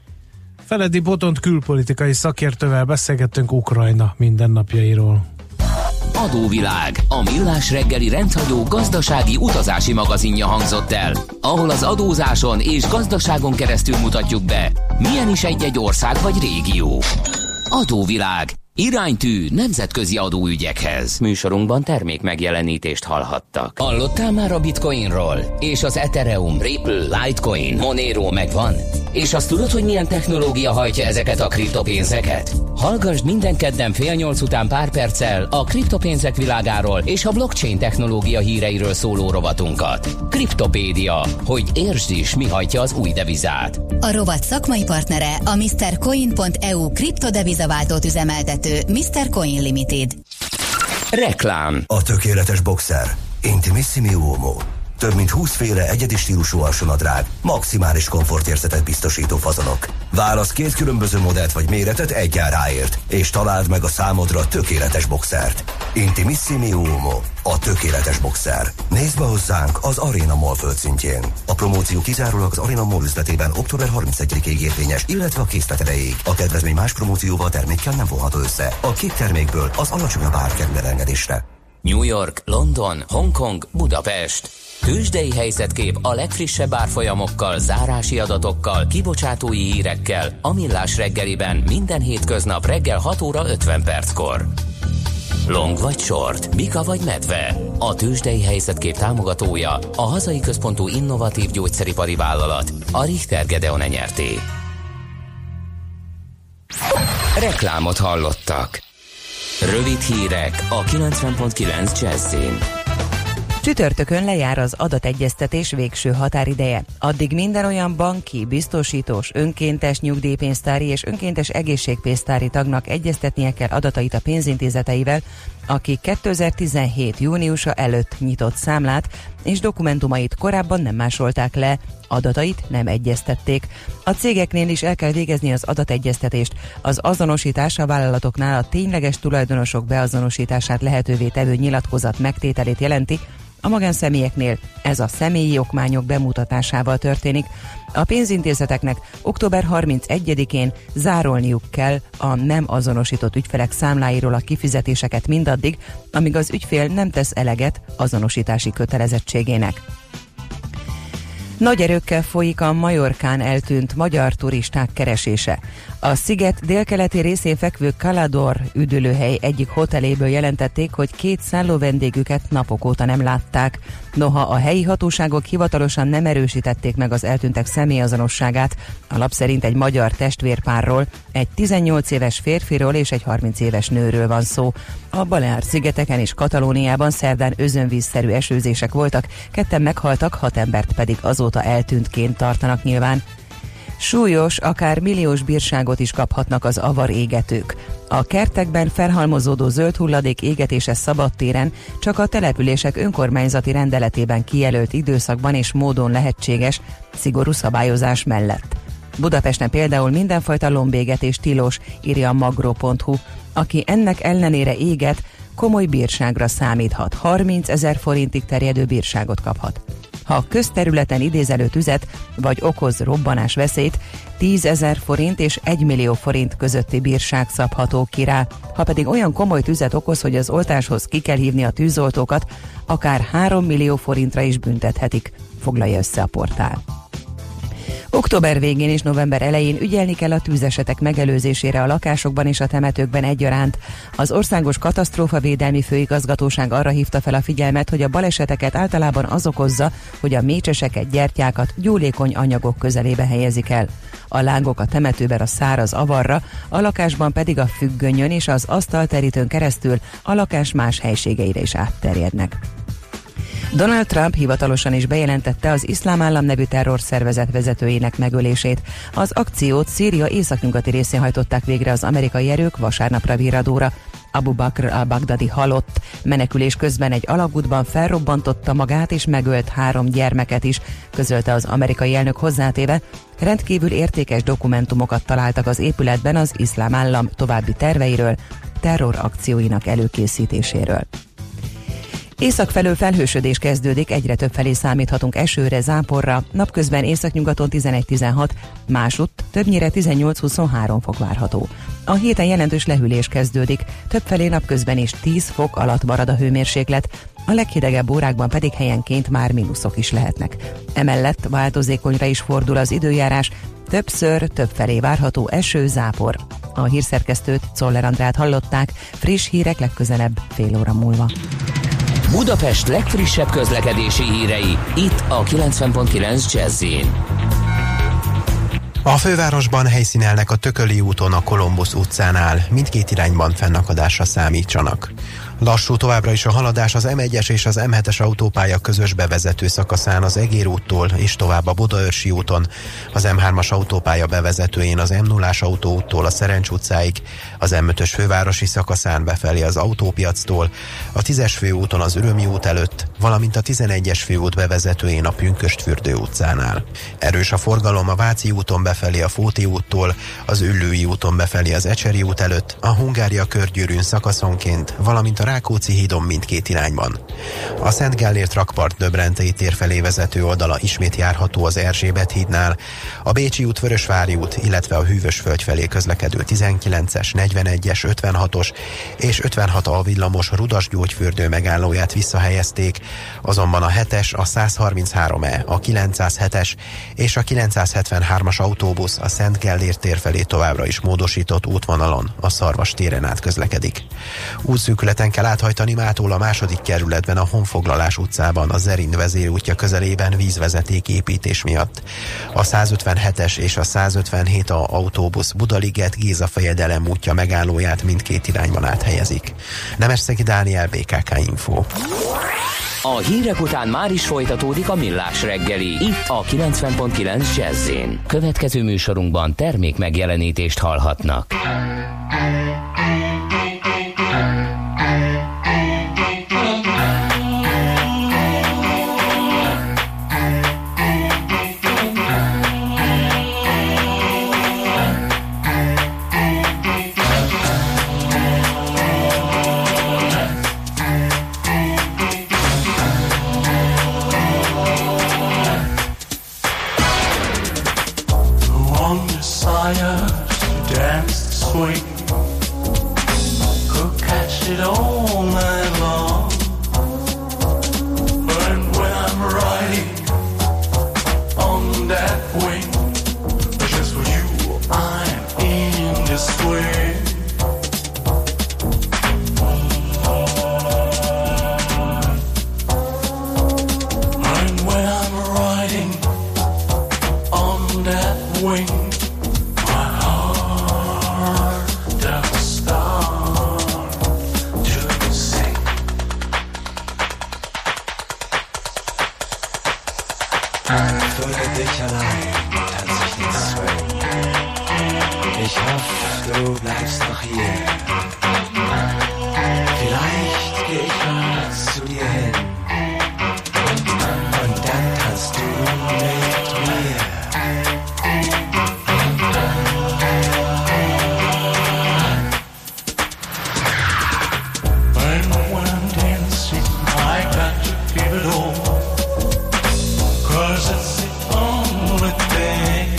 Feledi Botont külpolitikai szakértővel beszélgettünk Ukrajna mindennapjairól. Adóvilág, a millás reggeli rendhagyó gazdasági utazási magazinja hangzott el, ahol az adózáson és gazdaságon keresztül mutatjuk be, milyen is egy-egy ország vagy régió. Adóvilág, iránytű nemzetközi adóügyekhez. Műsorunkban termék megjelenítést hallhattak. Hallottál már a Bitcoinról? És az Ethereum, Ripple, Litecoin, Monero megvan? És azt tudod, hogy milyen technológia hajtja ezeket a kriptopénzeket? Hallgassd minden kedden 7:30 után pár perccel a kriptopénzek világáról és a blockchain technológia híreiről szóló rovatunkat. Kriptopédia, hogy értsd is, mi hajtja az új devizát. A rovat szakmai partnere a MrCoin.eu kriptodevizaváltót üzemeltető Mr. Coin Limited. Reklám. A tökéletes boxer. Intimissimi Uomo. Több mint 20 féle egyedi stílusú alsónadrág, maximális komfortérzetet biztosító fazonok. Válasz 2 különböző modellt vagy méretet egy áráért, és találd meg a számodra tökéletes boxert. Intimissimi Uomo. A tökéletes boxer. Nézd be hozzánk az Arena Mall földszintjén. A promóció kizárólag az Arena Mall üzletében október 31-ig érvényes, illetve a készlet erejéig. A kedvezmény más promócióval termékkel nem vonható össze. A 2 termékből az alacsonyabb ár kerül elengedésre. New York, London, Hongkong, Budapest. Tőzsdei helyzetkép a legfrissebb árfolyamokkal, zárási adatokkal, kibocsátói hírekkel a Millás reggeliben minden hétköznap reggel 6 óra 50 perckor. Long vagy short, bika vagy medve. A tőzsdei helyzetkép támogatója a hazai központú innovatív gyógyszeripari vállalat, a Richter Gedeon Nyrt. Reklámot hallottak. Rövid hírek a 90.9 Jazzin. Csütörtökön lejár az adategyeztetés végső határideje. Addig minden olyan banki, biztosítós, önkéntes nyugdíjpénztári és önkéntes egészségpénztári tagnak egyeztetnie kell adatait a pénzintézeteivel, akik 2017. júniusa előtt nyitott számlát és dokumentumait korábban nem másolták le, adatait nem egyeztették. A cégeknél is el kell végezni az adategyeztetést. Az azonosítás a vállalatoknál a tényleges tulajdonosok beazonosítását lehetővé tevő nyilatkozat megtételét jelenti, a magánszemélyeknél ez a személyi okmányok bemutatásával történik. A pénzintézeteknek október 31-én zárolniuk kell a nem azonosított ügyfelek számláiról a kifizetéseket mindaddig, amíg az ügyfél nem tesz eleget azonosítási kötelezettségének. Nagy erőkkel folyik a Majorkán eltűnt magyar turisták keresése. A sziget délkeleti részén fekvő Calador üdülőhely egyik hoteléből jelentették, hogy 2 szálló vendégüket napok óta nem látták. Noha a helyi hatóságok hivatalosan nem erősítették meg az eltűntek személyazonosságát, a lap szerint egy magyar testvérpárról, egy 18 éves férfiról és egy 30 éves nőről van szó. A Baleár-szigeteken és Katalóniában szerdán özönvízszerű esőzések voltak, 2 meghaltak, 6 embert pedig azóta eltűntként tartanak nyilván. Súlyos, akár milliós bírságot is kaphatnak az avar égetők. A kertekben felhalmozódó zöld hulladék égetése szabadtéren csak a települések önkormányzati rendeletében kijelölt időszakban és módon lehetséges, szigorú szabályozás mellett. Budapesten például mindenfajta lombégetés tilos, írja a magro.hu. Aki ennek ellenére éget, komoly bírságra számíthat, 30 000 forintig terjedő bírságot kaphat. Ha közterületen idéz elő tüzet, vagy okoz robbanás veszélyt, 10 000 forint és 1 millió forint közötti bírság szabható ki rá. Ha pedig olyan komoly tüzet okoz, hogy az oltáshoz ki kell hívni a tűzoltókat, akár 3 millió forintra is büntethetik, foglalja össze a portál. Október végén és november elején ügyelni kell a tűzesetek megelőzésére a lakásokban és a temetőkben egyaránt. Az Országos Katasztrófavédelmi Főigazgatóság arra hívta fel a figyelmet, hogy a baleseteket általában az okozza, hogy a mécseseket, gyertyákat gyúlékony anyagok közelébe helyezik el. A lángok a temetőben a száraz avarra, a lakásban pedig a függönyön és az asztalterítőn keresztül a lakás más helységeire is átterjednek. Donald Trump hivatalosan is bejelentette az Iszlám Állam nevű terrorszervezet vezetőjének megölését. Az akciót Szíria északnyugati részén hajtották végre az amerikai erők vasárnapra virradóra. Abu Bakr al-Baghdadi halott. Menekülés közben egy alagútban felrobbantotta magát és megölt 3 gyermeket is, közölte az amerikai elnök hozzátéve. Rendkívül értékes dokumentumokat találtak az épületben az Iszlám Állam további terveiről, terrorakcióinak előkészítéséről. Észak felől felhősödés kezdődik, egyre több felé számíthatunk esőre, záporra, napközben északnyugaton 11-16, másutt többnyire 18-23 fok várható. A héten jelentős lehűlés kezdődik, többfelé napközben is 10 fok alatt marad a hőmérséklet, a leghidegebb órákban pedig helyenként már mínuszok is lehetnek. Emellett változékonyra is fordul az időjárás, többször többfelé várható eső, zápor. A hírszerkesztőt, Czoller Andrát hallották, friss hírek legközelebb fél óra múlva. Budapest legfrissebb közlekedési hírei, itt a 90.9 Jazz-in. A fővárosban helyszínelnek a Tököli úton a Kolumbusz utcánál, mindkét irányban fennakadásra számítsanak. Lassú továbbra is a haladás az M1-es és az M7-es autópálya közös bevezető szakaszán az Egér úttól és tovább a Budaörsi úton, az M3-as autópálya bevezetőjén az M0-as autóúttól a Szerencs utcáig, az M5-ös fővárosi szakaszán befelé az Autópiactól, a 10-es főúton az Ürömi út előtt, valamint a 11-es főút bevezetőjén a Pünkösdfürdő utcánál. Erős a forgalom a Váci úton befelé a Fóti úttól, az Üllői úton befelé az Ecseri út előtt, a Hungária körgyűrűn szakaszonként, valamint a Rákóczi hídon mindkét irányban. A Szent Gellért rakpart Döbrentei tér felé vezető oldala ismét járható az Erzsébet hídnál, a Bécsi út, Vörösvári út, illetve a Hűvösvölgy felé közlekedő 19-es, 41-es, 56-os és 56A villamos Rudas-Gyógyfürdő megállóját visszahelyezték, azonban a 7-es, a 133E, a 907-es és a 973-as autóbusz a Szent Gellért tér felé továbbra is módosított útvonalon, a Szarvas téren át közlekedik. Útszűkületen kell áthajtani mától a második kerületben a Honfoglalás utcában a Zerind vezérútja közelében vízvezeték építés miatt. A 157-es és a 157A autóbusz Budaliget Géza-fejedelem útja megállóját mindkét irányban áthelyezik. Nemesszegi Dániel, BKK Info. A hírek után már is folytatódik a Millás reggeli, itt a 90.9 Jazz-in. Következő műsorunkban termék megjelenítést hallhatnak. Ich hoffe, du bleibst noch hier. Vielleicht geh ich mal zu dir hin. Und dann kannst du mit mir. When I'm dancing, I got to give it all. 'Cause it's the only thing.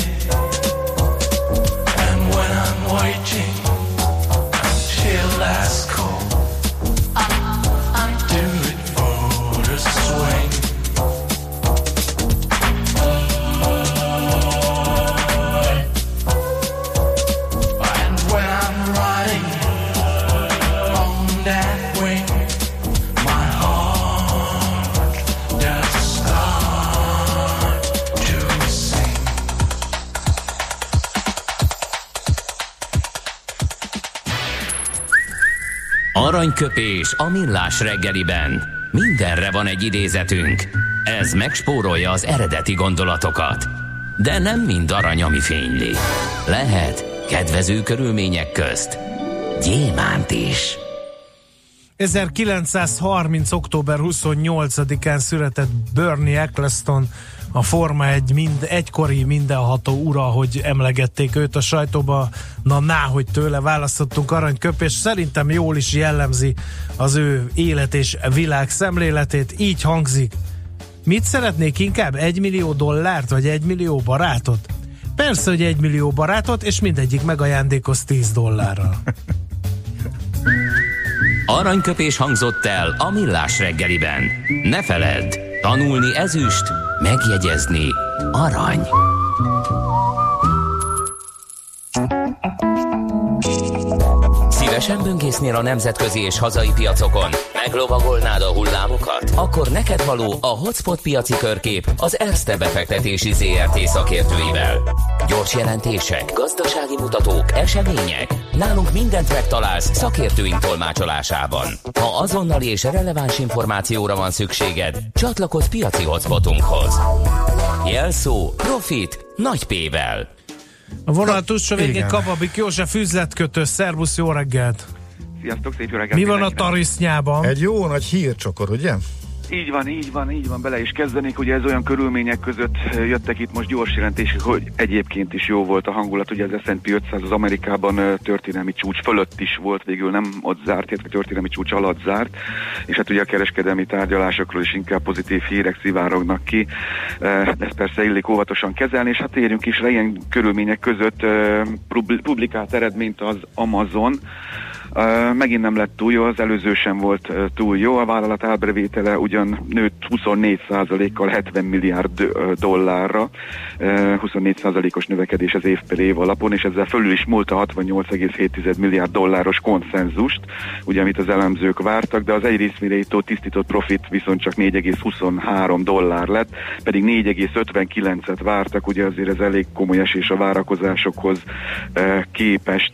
And when I'm waiting until last call, I do it for the swing. And when I'm riding on that wing, my heart does start to sing. Aranyköpés a millás reggeliben. Mindenre van egy idézetünk. Ez megspórolja az eredeti gondolatokat. De nem mind arany, ami fényli. Lehet kedvező körülmények közt gyémánt is. 1930. október 28-án született Bernie Ecclestone, a Forma 1 egykori mindenható ura, hogy emlegették őt a sajtóba. Hogy tőle választottunk aranyköpést. Szerintem jól is jellemzi az ő élet és világ szemléletét. Így hangzik: mit szeretnék inkább? $1 millió vagy 1 millió barátot? Persze, hogy 1 millió barátot, és mindegyik megajándékoz $10. Aranyköpés hangzott el a millás reggeliben. Ne feledd, tanulni ezüst, megjegyezni arany. Szívesen böngésznél a nemzetközi és hazai piacokon? Meglovagolnád a hullámokat? Akkor neked való a Hotspot piaci körkép az Erste befektetési ZRT szakértőivel. Gyors jelentések, gazdasági mutatók, események. Nálunk mindent megtalálsz szakértőink tolmácsolásában. Ha azonnali és releváns információra van szükséged, csatlakozz piaci hotspotunkhoz. Jelszó Profit nagy P-vel. A vonal túlsó végén Kababik József, üzletkötő. Szervusz, jó reggelt! Sziasztok, szép jó reggelt! Mi van a tarisznyában? Egy jó nagy hírcsokor, ugye? Így van, bele is kezdenék. Ugye ez olyan körülmények között jöttek itt most gyors jelentések, hogy egyébként is jó volt a hangulat. Ugye az S&P 500 az Amerikában történelmi csúcs fölött is volt, végül nem ott zárt, illetve történelmi csúcs alatt zárt, és hát ugye a kereskedelmi tárgyalásokról is inkább pozitív hírek szivárognak ki. Ezt persze illik óvatosan kezelni, és hát térjünk is rá, ilyen körülmények között publikált eredményt az Amazon. Megint nem lett túl jó, az előző sem volt túl jó, a vállalat árbevétele ugyan nőtt 24%-kal $70 milliárd, 24%-os növekedés az év per év alapon, és ezzel fölül is múlt a $68,7 milliárd konszenzust, ugye amit az elemzők vártak, de az egy részvényító tisztított profit viszont csak $4,23 lett, pedig 4,59-et vártak, ugye azért ez elég komoly esés a várakozásokhoz képest.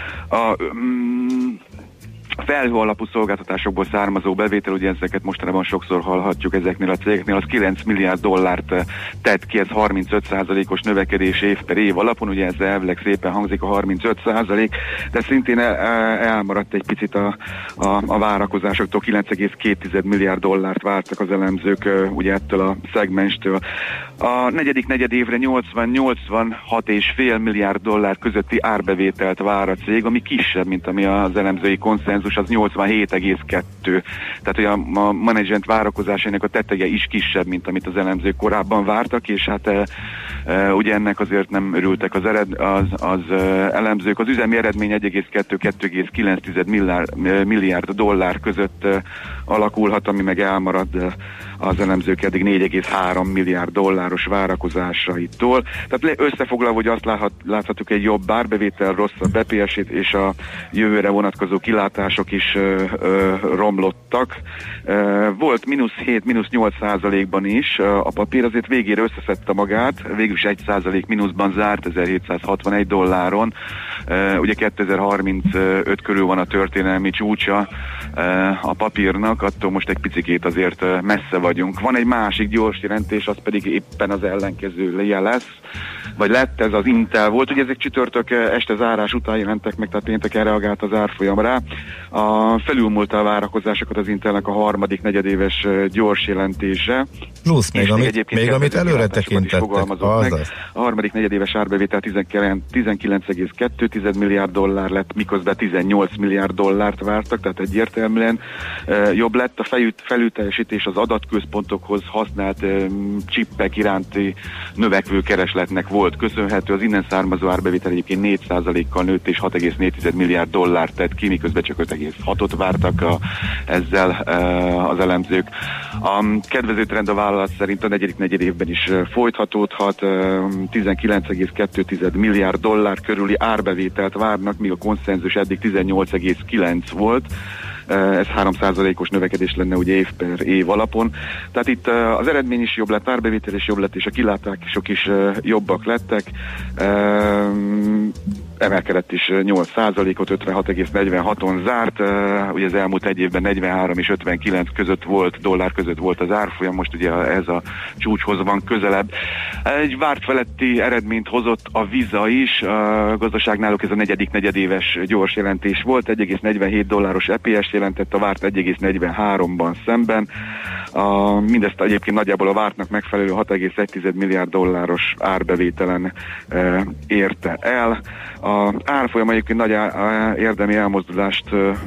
A felhő alapú szolgáltatásokból származó bevétel, ugye ezeket mostanában sokszor hallhatjuk ezeknél a cégeknél, az $9 milliárd tett ki, ez 35%-os növekedés év per év alapon, ugye ez elvileg szépen hangzik a 35%, de szintén elmaradt egy picit a várakozásoktól, $9,2 milliárd vártak az elemzők ugye ettől a szegmenstől. A negyedik negyedévre 80-86,5 milliárd közötti árbevételt vár a cég, ami kisebb, mint ami az elemzői konszenzus, az 87,2. Tehát, hogy a menedzsment várakozásainak a teteje is kisebb, mint amit az elemzők korábban vártak, és hát ugye ennek azért nem örültek az elemzők. Az üzemi eredmény 1,2-2,9 milliárd dollár között alakulhat, ami meg elmarad az elemzők eddig 4,3 milliárd dolláros várakozásaitól. Tehát összefoglalva, hogy azt láthatjuk, egy jobb árbevétel, rosszabb BPS és a jövőre vonatkozó kilátások is romlottak. Volt -7, -8%-ban is a papír, azért végére összeszedte magát, végül is 1% mínuszban zárt $1,761, Ugye 2035 körül van a történelmi csúcsa a papírnak, attól most egy picikét azért messze vagyunk. Van egy másik gyors jelentés, az pedig éppen az ellenkezője lesz, vagy lett, ez az Intel volt. Ugye ezek csütörtök este zárás után jelentek meg, tehát pénteken reagált az árfolyamra. Felülmúlta a várakozásokat az Intelnek a harmadik negyedéves gyors jelentése. Plusz még amit előre tekintettek. A harmadik negyedéves árbevétel 19,2 milliárd dollár lett, miközben 18 milliárd dollárt vártak, tehát egyértelműen jobb lett. A felülteljesítés az adatközpontokhoz használt csippek iránti növekvő keresletnek volt köszönhető. Az innen származó árbevétel egyébként 4%-kal nőtt, és 6,4 milliárd dollárt tett ki, miközben csak 5,6-ot vártak ezzel az elemzők. A kedvező trend a vállalat szerint a negyedik negyedévben is folytatódhat, 19,2 milliárd dollár körüli árbevételt várnak, míg a konszenzus eddig 18,9 volt. Ez 3%-os növekedés lenne ugye év per év alapon. Tehát itt az eredmény is jobb lett, árbevétel is jobb lett, és a kilátások is jobbak lettek. Emelkedett is 8%-ot, 56,46-on zárt. Ugye az elmúlt egy évben 43 és 59 dollár között volt az árfolyam, most ugye ez a csúcshoz van közelebb. Egy várt feletti eredményt hozott a Visa is. A gazdaságnáluk ez a negyedik negyedéves gyors jelentés volt, 1,47 dolláros EPS jelentett a várt 1,43-ban szemben. Mindezt egyébként nagyjából a vártnak megfelelő 6,1 milliárd dolláros árbevételen érte el. A árfolyam egyébként nagy érdemi elmozdulást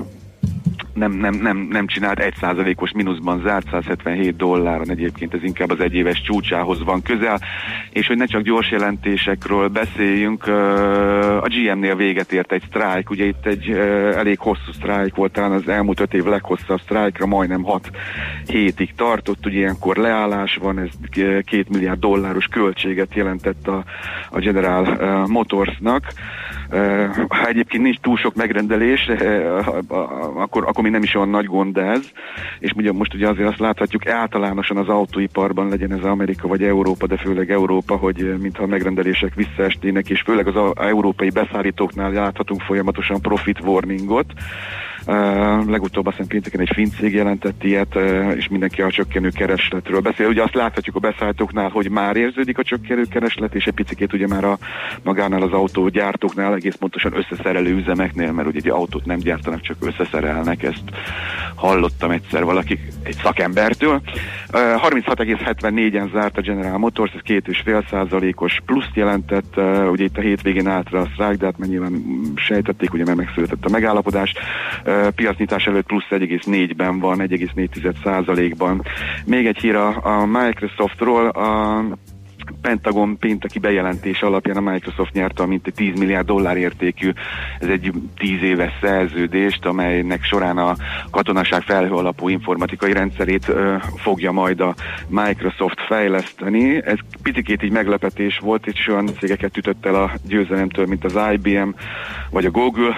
nem csinált, 1%-os mínuszban zárt, 177 dolláron, egyébként ez inkább az egyéves csúcsához van közel, és hogy ne csak gyors jelentésekről beszéljünk, a GM-nél véget ért egy sztrájk, ugye itt egy elég hosszú sztrájk volt, talán az elmúlt 5 év leghosszabb sztrájkra, majdnem 6 hétig tartott, ugye ilyenkor leállás van, ez 2 milliárd dolláros költséget jelentett a General Motorsnak. Ha egyébként nincs túl sok megrendelés, akkor még nem is olyan nagy gond ez, és most ugye azért azt láthatjuk általánosan az autóiparban, legyen ez Amerika vagy Európa, de főleg Európa, hogy mintha a megrendelések visszaestének, és főleg az európai beszállítóknál láthatunk folyamatosan profit warningot. Legutóbb azt hiszem pénteken egy finn cég jelentett ilyet, és mindenki a csökkenő keresletről beszél. Ugye azt láthatjuk a beszállítóknál, hogy már érződik a csökkenő kereslet, és egy picikét ugye már magánál az autógyártóknál, egész pontosan összeszerelő üzemeknél, mert ugye egy autót nem gyártanak, csak összeszerelnek, ezt hallottam egyszer egy szakembertől. 36,74-en zárt a General Motors, ez 2,5%-os pluszt jelentett, ugye itt a hétvégén állt rá a sztrájk, de hát nyilván sejtették, ugye mert megszületett a megállapodás. Piacnyitás előtt plusz 1,4-ben van, 1,4%-ban. Még egy hír a Microsoftról, a Pentagon pénteki bejelentés alapján a Microsoft nyerte a mintegy 10 milliárd dollár értékű, ez egy 10 éves szerződést, amelynek során a katonaság felhő alapú informatikai rendszerét fogja majd a Microsoft fejleszteni. Ez picikét így meglepetés volt, és olyan cégeket ütött el a győzelemtől, mint az IBM vagy a Google,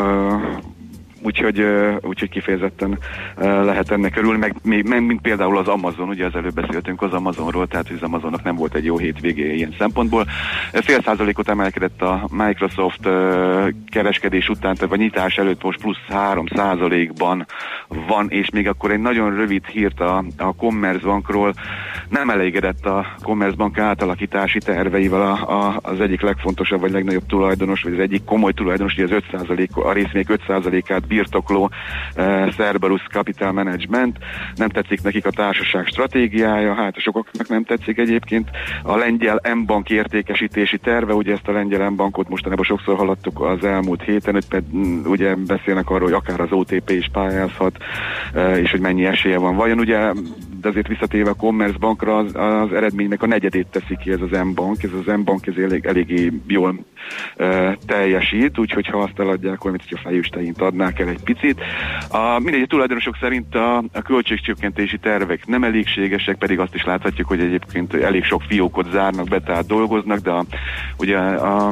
úgyhogy kifejezetten lehet ennek örülni, meg mint például az Amazon, ugye az előbb beszéltünk az Amazonról, tehát az Amazonnak nem volt egy jó hétvégéje ilyen szempontból. 0,5%-ot emelkedett a Microsoft kereskedés után, tehát a nyitás előtt most plusz 3%-ban van, és még akkor egy nagyon rövid hírt a Commerzbankról. Nem elégedett a Commerzbank átalakítási terveivel az egyik legfontosabb, vagy legnagyobb tulajdonos, vagy az egyik komoly tulajdonos, ugye az 5%, a részvények 5%-át birtokló Cerberus Capital Management. Nem tetszik nekik a társaság stratégiája, hát sokaknak nem tetszik egyébként. A lengyel M-bank értékesítési terve, ugye ezt a lengyel M-bankot mostanában sokszor hallottuk az elmúlt héten, ugye beszélnek arról, hogy akár az OTP is pályázhat, és hogy mennyi esélye van. Vajon ugye, de azért visszatérve a Commerzbankra, az eredménynek a negyedét teszi ki ez az M-bank. Ez az M-bank eléggé jól teljesít, úgyhogy ha azt eladják, akkor mint hogyha fejüstényt adnák el egy picit. Mindegy, a tulajdonosok szerint a költségcsökkentési tervek nem elégségesek, pedig azt is láthatjuk, hogy egyébként elég sok fiókot zárnak be, tehát dolgoznak, de ugye a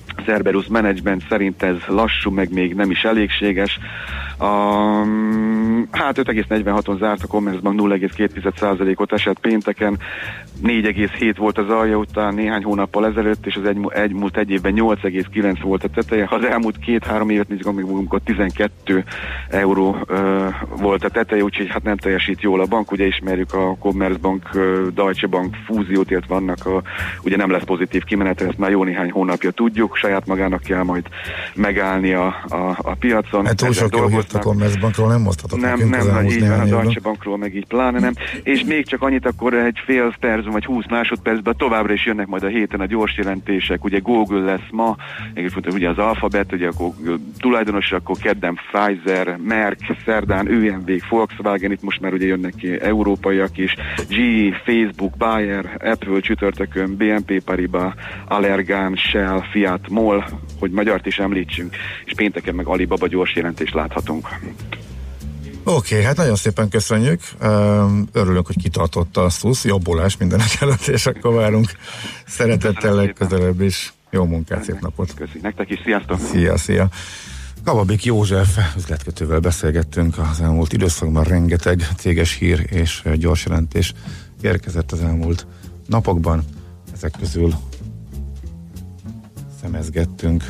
Cerberus Management szerint ez lassú, meg még nem is elégséges. Hát 5,46-on zárt, a Commerzbank 0,2%-ot esett pénteken, 4,7 volt az alja után néhány hónappal ezelőtt, és az elmúlt egy évben 8,9 volt a teteje. Ha az elmúlt 2-3 évet nézzük, amikor 12 euró volt a teteje, úgyhogy hát nem teljesít jól a bank. Ugye ismerjük a Commerzbank, Deutsche Bank fúziót, illetve vannak ugye nem lesz pozitív kimenete, ezt már jó néhány hónapja tudjuk, saját magának kell majd megállni a piacon. Hát túl sok jó hírt a Commerzbankról nem mondhatok nekünk az elmúlt így van, a évben. Deutsche Bankról meg így pláne nem. És még csak annyit, akkor egy fél percben vagy 20 másodpercben továbbra is jönnek majd a héten a gyors jelentések, ugye Google lesz ma, ugye az Alphabet, ugye a Google tulajdonosa, akkor kedden Pfizer, Merck, szerdán ÖMV, Volkswagen, itt most már ugye jönnek ki európaiak is, GE, Facebook, Bayer, Apple, csütörtökön, BNP Paribas, Allergan, Shell, Fiat, MOL, hogy magyart is említsünk, és pénteken meg Alibaba gyors jelentést láthatunk. Oké, hát nagyon szépen köszönjük. Örülünk, hogy kitartott a SZUSZ, jobbulás mindenek előtt, és akkor várunk szeretettel legközelebb is. Jó munkát, szép napot! Köszönjük nektek is, sziasztok! Szia! Kababik József üzletkötővel beszélgettünk az elmúlt időszakban, rengeteg céges hír és gyors jelentés érkezett az elmúlt napokban. Ezek közül szemezgettünk.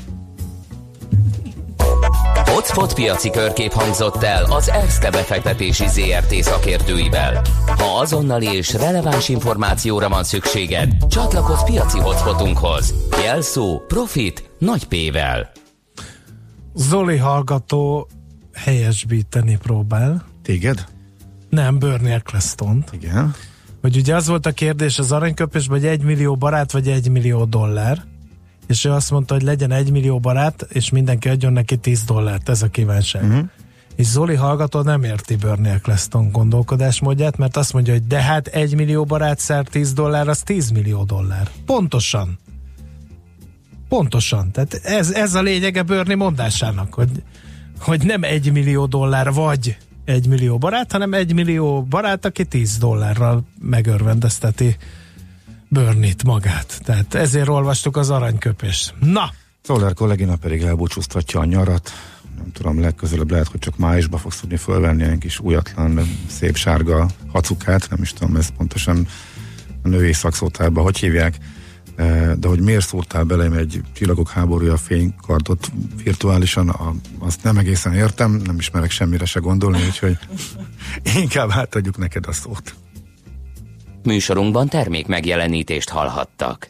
Hotspot piaci körkép hangzott el az Erste befektetési ZRT szakértőivel. Ha azonnali és releváns információra van szükséged, csatlakozz piaci hotspotunkhoz. Jelszó Profit nagy P-vel. Zoli hallgató helyesbíteni próbál. Téged? Nem, Bernie Ecclestont. Igen. Hogy ugye az volt a kérdés az aranyköpésben, hogy 1 millió barát vagy 1 millió dollár. És ő azt mondta, hogy legyen 1 millió barát, és mindenki adjon neki $10, ez a kívánság. És Zoli hallgató nem érti Bernie Eccleston gondolkodásmódját, mert azt mondja, hogy de hát 1 millió barát szer $10, az $10 millió. Pontosan. Tehát ez a lényege Bernie mondásának, hogy nem 1 millió dollár vagy 1 millió barát, hanem 1 millió barát, aki $10 megörvendezteti Bernie-t magát. Tehát ezért olvastuk az aranyköpést. Na! Szoller kollégina pedig elbúcsúztatja a nyarat. Nem tudom, legközelebb lehet, hogy csak májusban fogsz tudni fölvenni egy kis újatlan, szép sárga hacukát. Nem is tudom, ez pontosan a női szakszótárban hogy hívják. De hogy miért szúrtál belém egy Csillagok háborúja fénykardot virtuálisan, azt nem egészen értem, nem ismerek semmire se gondolni, úgyhogy inkább átadjuk neked a szót. Műsorunkban termék megjelenítést hallhattak.